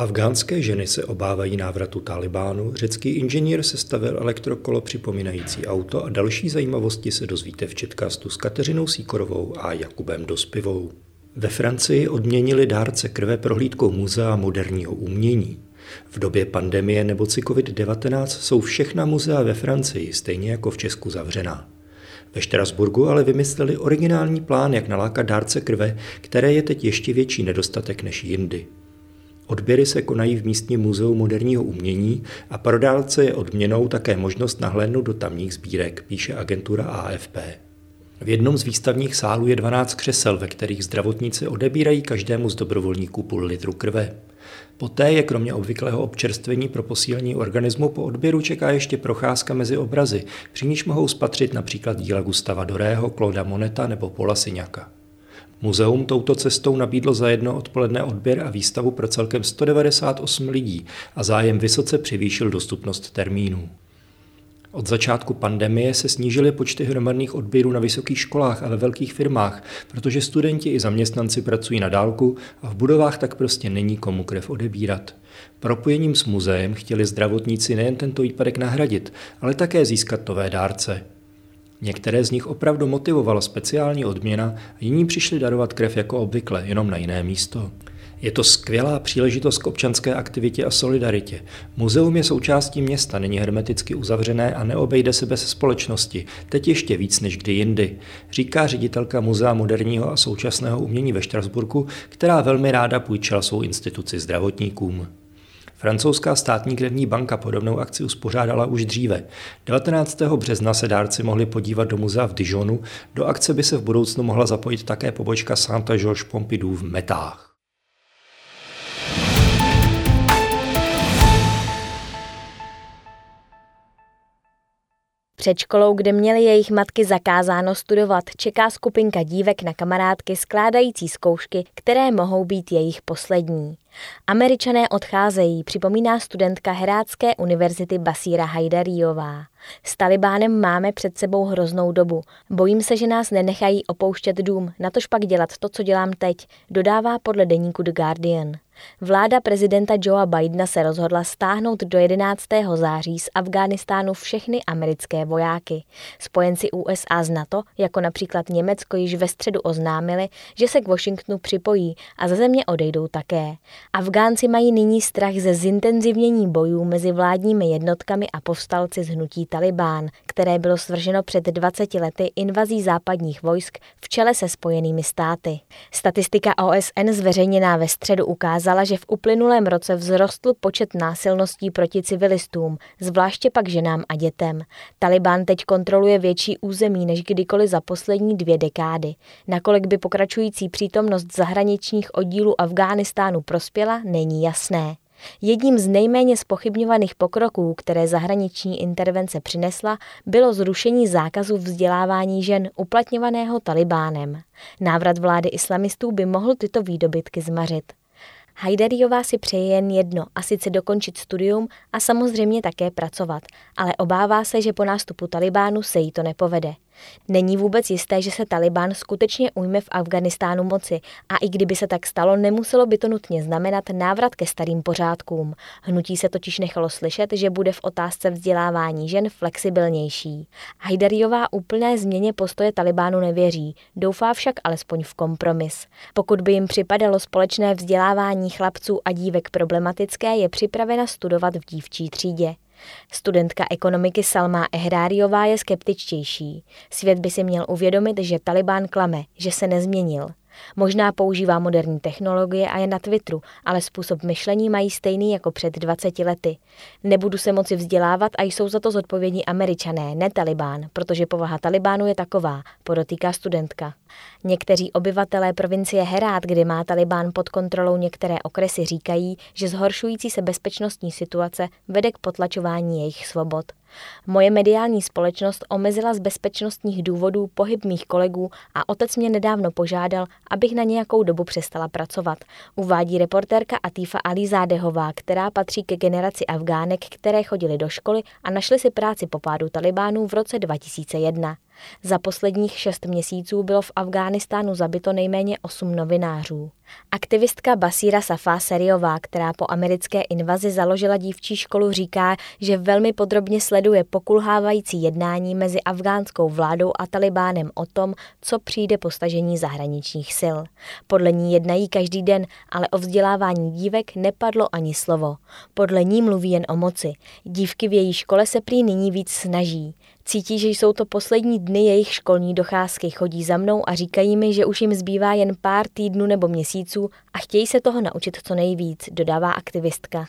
Afghánské ženy se obávají návratu Talibánu, řecký inženýr sestavil elektrokolo připomínající auto a další zajímavosti se dozvíte v četkastu s Kateřinou Sýkorovou a Jakubem Dospivou. Ve Francii odměnili dárce krve prohlídkou muzea moderního umění. V době pandemie nemoci COVID-19 jsou všechna muzea ve Francii stejně jako v Česku zavřená. Ve Štrasburgu ale vymysleli originální plán, jak nalákat dárce krve, které je teď ještě větší nedostatek než jindy. Odběry se konají v místním muzeu moderního umění a pro dárce je odměnou také možnost nahlédnout do tamních sbírek, píše agentura AFP. V jednom z výstavních sálů je 12 křesel, ve kterých zdravotníci odebírají každému z dobrovolníků půl litru krve. Poté je kromě obvyklého občerstvení pro posílení organismu po odběru čeká ještě procházka mezi obrazy, při níž mohou spatřit například díla Gustava Dorého, Clauda Moneta nebo Paula Signaca. Muzeum touto cestou nabídlo za jedno odpoledne odběr a výstavu pro celkem 198 lidí a zájem vysoce převýšil dostupnost termínů. Od začátku pandemie se snížily počty hromadných odběrů na vysokých školách a ve velkých firmách, protože studenti i zaměstnanci pracují na dálku a v budovách tak prostě není komu krev odebírat. Propojením s muzeem chtěli zdravotníci nejen tento výpadek nahradit, ale také získat nové dárce. Některé z nich opravdu motivovala speciální odměna a jiní přišli darovat krev jako obvykle, jenom na jiné místo. Je to skvělá příležitost k občanské aktivitě a solidaritě. Muzeum je součástí města, není hermeticky uzavřené a neobejde se bez společnosti, teď ještě víc než kdy jindy, říká ředitelka Muzea moderního a současného umění ve Štrasburku, která velmi ráda půjčila svou instituci zdravotníkům. Francouzská státní krevní banka podobnou akci uspořádala už dříve. 19. března se dárci mohli podívat do muzea v Dijonu, do akce by se v budoucnu mohla zapojit také pobočka Centre Georges Pompidou v Metách. Před školou, kde měly jejich matky zakázáno studovat, čeká skupinka dívek na kamarádky skládající zkoušky, které mohou být jejich poslední. Američané odcházejí, připomíná studentka Herátské univerzity Basíra Hajdaríová. S Talibánem máme před sebou hroznou dobu. Bojím se, že nás nenechají opouštět dům, natožpak dělat to, co dělám teď, dodává podle deníku The Guardian. Vláda prezidenta Joea Bidena se rozhodla stáhnout do 11. září z Afghánistánu všechny americké vojáky. Spojenci USA z NATO, jako například Německo, již ve středu oznámili, že se k Washingtonu připojí a ze země odejdou také. Afgánci mají nyní strach ze zintenzivnění bojů mezi vládními jednotkami a povstalci z hnutí Talibán, které bylo svrženo před 20 lety invazí západních vojsk v čele se Spojenými státy. Statistika OSN zveřejněná ve středu ukázala, že v uplynulém roce vzrostl počet násilností proti civilistům, zvláště pak ženám a dětem. Talibán teď kontroluje větší území než kdykoliv za poslední 2 dekády. Nakolik by pokračující přítomnost zahraničních oddílů Afghánistánu prospěla, není jasné. Jedním z nejméně zpochybňovaných pokroků, které zahraniční intervence přinesla, bylo zrušení zákazu vzdělávání žen uplatňovaného Talibánem. Návrat vlády islamistů by mohl tyto výdobytky zmařit. Hajdaríová si přeje jen jedno, a sice dokončit studium a samozřejmě také pracovat, ale obává se, že po nástupu Talibánu se jí to nepovede. Není vůbec jisté, že se Talibán skutečně ujme v Afghánistánu moci a i kdyby se tak stalo, nemuselo by to nutně znamenat návrat ke starým pořádkům. Hnutí se totiž nechalo slyšet, že bude v otázce vzdělávání žen flexibilnější. Hajdaríová úplné změně postoje Talibánu nevěří, doufá však alespoň v kompromis. Pokud by jim připadalo společné vzdělávání chlapců a dívek problematické, je připravena studovat v dívčí třídě. Studentka ekonomiky Salma Ehráriová je skeptičtější. Svět by si měl uvědomit, že Talibán klame, že se nezměnil. Možná používá moderní technologie a je na Twitteru, ale způsob myšlení mají stejný jako před 20 lety. Nebudu se moci vzdělávat a jsou za to zodpovědní Američané, ne Talibán, protože povaha Talibánu je taková, podotýká studentka. Někteří obyvatelé provincie Herát, kde má Talibán pod kontrolou některé okresy, říkají, že zhoršující se bezpečnostní situace vede k potlačování jejich svobod. Moje mediální společnost omezila z bezpečnostních důvodů pohyb mých kolegů a otec mě nedávno požádal, abych na nějakou dobu přestala pracovat, uvádí reportérka Atífa Alizádehová, která patří ke generaci Afgánek, které chodily do školy a našly si práci po pádu Talibánu v roce 2001. Za posledních 6 měsíců bylo v Afghánistánu zabito nejméně 8 novinářů. Aktivistka Basíra Safá Seriová, která po americké invazi založila dívčí školu, říká, že velmi podrobně sleduje pokulhávající jednání mezi afgánskou vládou a Talibánem o tom, co přijde po stažení zahraničních sil. Podle ní jednají každý den, ale o vzdělávání dívek nepadlo ani slovo. Podle ní mluví jen o moci. Dívky v její škole se prý nyní víc snaží. Cítí, že jsou to poslední dny jejich školní docházky, chodí za mnou a říkají mi, že už jim zbývá jen pár týdnů nebo měsíců a chtějí se toho naučit co nejvíc, dodává aktivistka.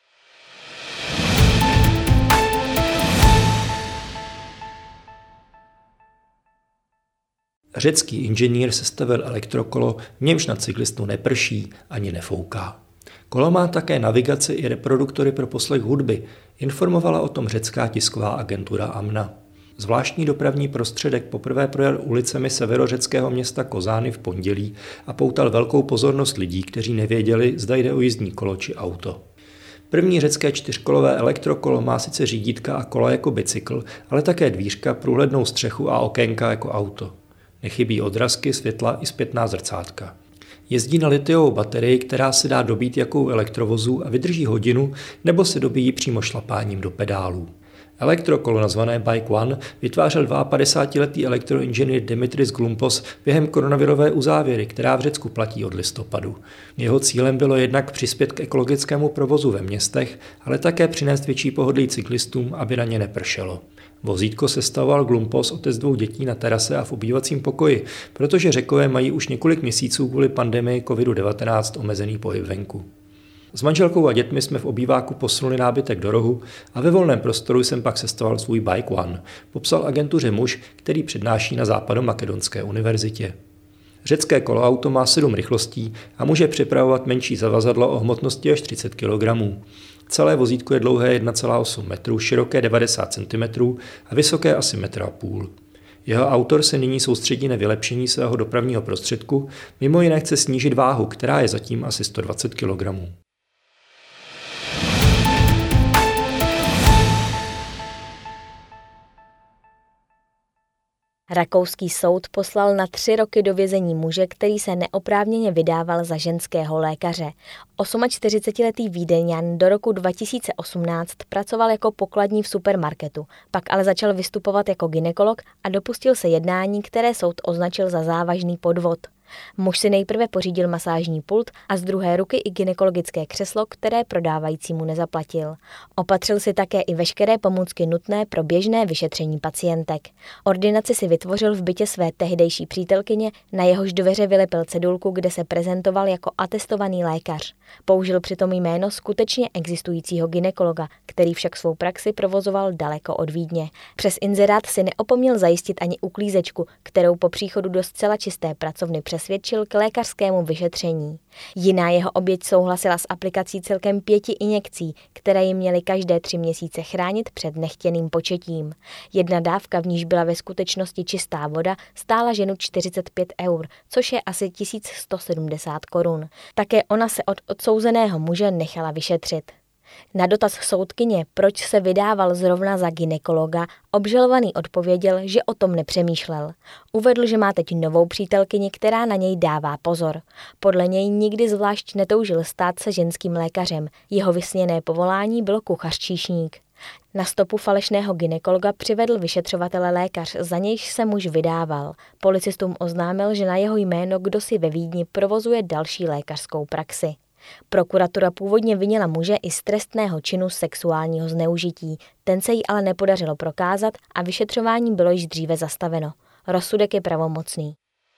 Řecký inženýr sestavil elektrokolo, v němž na cyklistu neprší ani nefouká. Kolo má také navigaci i reproduktory pro poslech hudby, informovala o tom řecká tisková agentura AMNA. Zvláštní dopravní prostředek poprvé projel ulicemi severořeckého města Kozány v pondělí a poutal velkou pozornost lidí, kteří nevěděli, zda jde o jízdní kolo či auto. První řecké 4kolové elektrokolo má sice řídítka a kola jako bicykl, ale také dvířka, průhlednou střechu a okénka jako auto. Nechybí odrazky, světla i zpětná zrcátka. Jezdí na litiovou baterii, která se dá dobít jako u elektrovozů a vydrží hodinu, nebo se dobíjí přímo šlapáním do pedálů. Elektrokolo nazvané Bike One vytvářel 52letý elektroinženýr Dimitris Glumpos během koronavirové uzávěry, která v Řecku platí od listopadu. Jeho cílem bylo jednak přispět k ekologickému provozu ve městech, ale také přinést větší pohodlí cyklistům, aby na ně nepršelo. Vozítko sestavoval Glumpos, otec 2 dětí, na terase a v obývacím pokoji, protože Řekové mají už několik měsíců kvůli pandemii COVID-19 omezený pohyb venku. S manželkou a dětmi jsme v obýváku posunuli nábytek do rohu a ve volném prostoru jsem pak sestavoval svůj Bike One, popsal agentuře muž, který přednáší na Západomakedonské univerzitě. Řecké koloauto má 7 rychlostí a může přepravovat menší zavazadlo o hmotnosti až 30 kg. Celé vozítko je dlouhé 1,8 metru, široké 90 cm a vysoké asi 1,5 m. Jeho autor se nyní soustředí na vylepšení svého dopravního prostředku, mimo jiné chce snížit váhu, která je zatím asi 120 kg. Rakouský soud poslal na 3 roky do vězení muže, který se neoprávněně vydával za ženského lékaře. 48letý Vídeňan do roku 2018 pracoval jako pokladní v supermarketu, pak ale začal vystupovat jako gynekolog a dopustil se jednání, které soud označil za závažný podvod. Muž si nejprve pořídil masážní pult a z druhé ruky i gynekologické křeslo, které prodávajícímu nezaplatil. Opatřil si také i veškeré pomůcky nutné pro běžné vyšetření pacientek. Ordinaci si vytvořil v bytě své tehdejší přítelkyně, na jehož dveře vylepil cedulku, kde se prezentoval jako atestovaný lékař. Použil přitom jméno skutečně existujícího gynekologa, který však svou praxi provozoval daleko od Vídně. Přes inzerát si neopomněl zajistit ani uklízečku, kterou po příchodu do zcela čisté pracovny přesvědčil k lékařskému vyšetření. Jiná jeho oběť souhlasila s aplikací celkem 5 injekcí, které ji měly každé 3 měsíce chránit před nechtěným početím. Jedna dávka, v níž byla ve skutečnosti čistá voda, stála ženu 45 eur, což je asi 1170 korun. Také ona se od odsouzeného muže nechala vyšetřit. Na dotaz soudkyně, proč se vydával zrovna za gynekologa, obžalovaný odpověděl, že o tom nepřemýšlel. Uvedl, že má teď novou přítelkyni, která na něj dává pozor. Podle něj nikdy zvlášť netoužil stát se ženským lékařem. Jeho vysněné povolání bylo kuchař-číšník. Na stopu falešného gynekologa přivedl vyšetřovatele lékař, za nějž se muž vydával. Policistům oznámil, že na jeho jméno kdosi ve Vídni provozuje další lékařskou praxi. Prokuratura původně vinila muže i z trestného činu sexuálního zneužití. Ten se jí ale nepodařilo prokázat a vyšetřování bylo již dříve zastaveno. Rozsudek je pravomocný.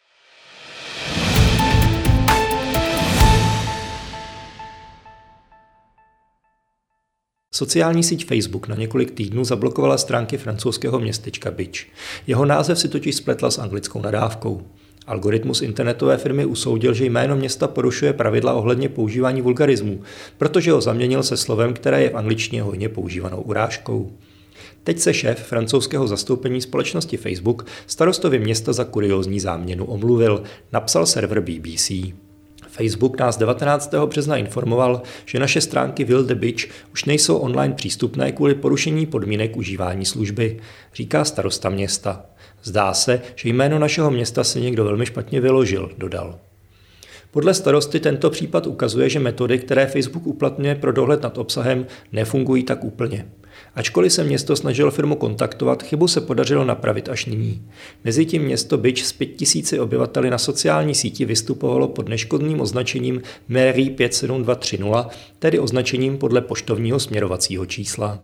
Sociální síť Facebook na několik týdnů zablokovala stránky francouzského městečka Bič. Jeho název si totiž spletla s anglickou nadávkou. Algoritmus internetové firmy usoudil, že jméno města porušuje pravidla ohledně používání vulgarismů, protože ho zaměnil se slovem, které je v angličtině hojně používanou urážkou. Teď se šéf francouzského zastoupení společnosti Facebook starostovi města za kuriózní záměnu omluvil, napsal server BBC. Facebook nás 19. března informoval, že naše stránky Will the Bitch už nejsou online přístupné kvůli porušení podmínek užívání služby, říká starosta města. Zdá se, že jméno našeho města si někdo velmi špatně vyložil, dodal. Podle starosty tento případ ukazuje, že metody, které Facebook uplatňuje pro dohled nad obsahem, nefungují tak úplně. Ačkoliv se město snažilo firmu kontaktovat, chybu se podařilo napravit až nyní. Mezitím město Byč s 5000 obyvateli na sociální síti vystupovalo pod neškodným označením Mary 57230, tedy označením podle poštovního směrovacího čísla.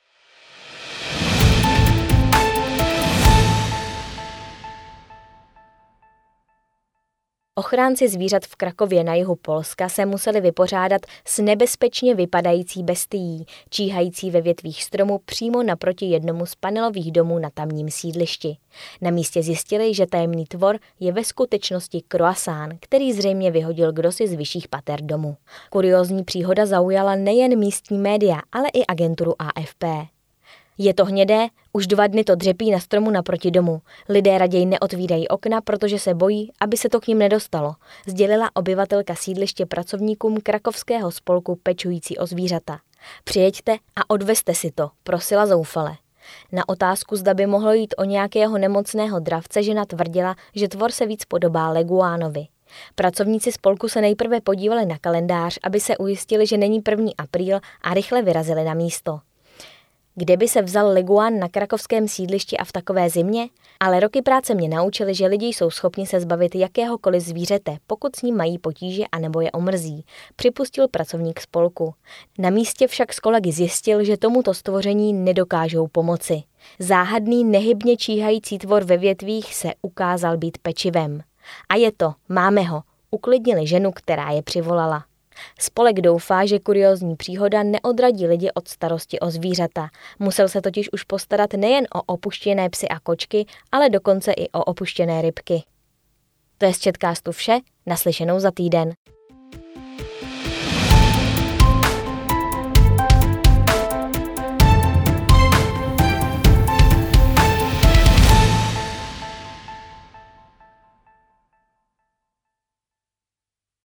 Ochránci zvířat v Krakově na jihu Polska se museli vypořádat s nebezpečně vypadající bestií, číhající ve větvích stromu přímo naproti jednomu z panelových domů na tamním sídlišti. Na místě zjistili, že tajemný tvor je ve skutečnosti croissant, který zřejmě vyhodil kdosi z vyšších pater domu. Kuriózní příhoda zaujala nejen místní média, ale i agenturu AFP. Je to hnědé, už 2 dny to dřepí na stromu naproti domu. Lidé raději neotvírají okna, protože se bojí, aby se to k nim nedostalo, sdělila obyvatelka sídliště pracovníkům krakovského spolku pečující o zvířata. Přijeďte a odvezte si to, prosila zoufale. Na otázku, zda by mohlo jít o nějakého nemocného dravce, žena tvrdila, že tvor se víc podobá leguánovi. Pracovníci spolku se nejprve podívali na kalendář, aby se ujistili, že není 1. apríl a rychle vyrazili na místo. Kde by se vzal leguán na krakovském sídlišti a v takové zimě? Ale roky práce mě naučily, že lidi jsou schopni se zbavit jakéhokoliv zvířete, pokud s ním mají potíže anebo je omrzí, připustil pracovník spolku. Na místě však s kolegy zjistil, že tomuto stvoření nedokážou pomoci. Záhadný nehybně číhající tvor ve větvích se ukázal být pečivem. A je to, máme ho, uklidnili ženu, která je přivolala. Spolek doufá, že kuriózní příhoda neodradí lidi od starosti o zvířata. Musel se totiž už postarat nejen o opuštěné psy a kočky, ale dokonce i o opuštěné rybky. To je z Četcastu vše, naslyšenou za týden.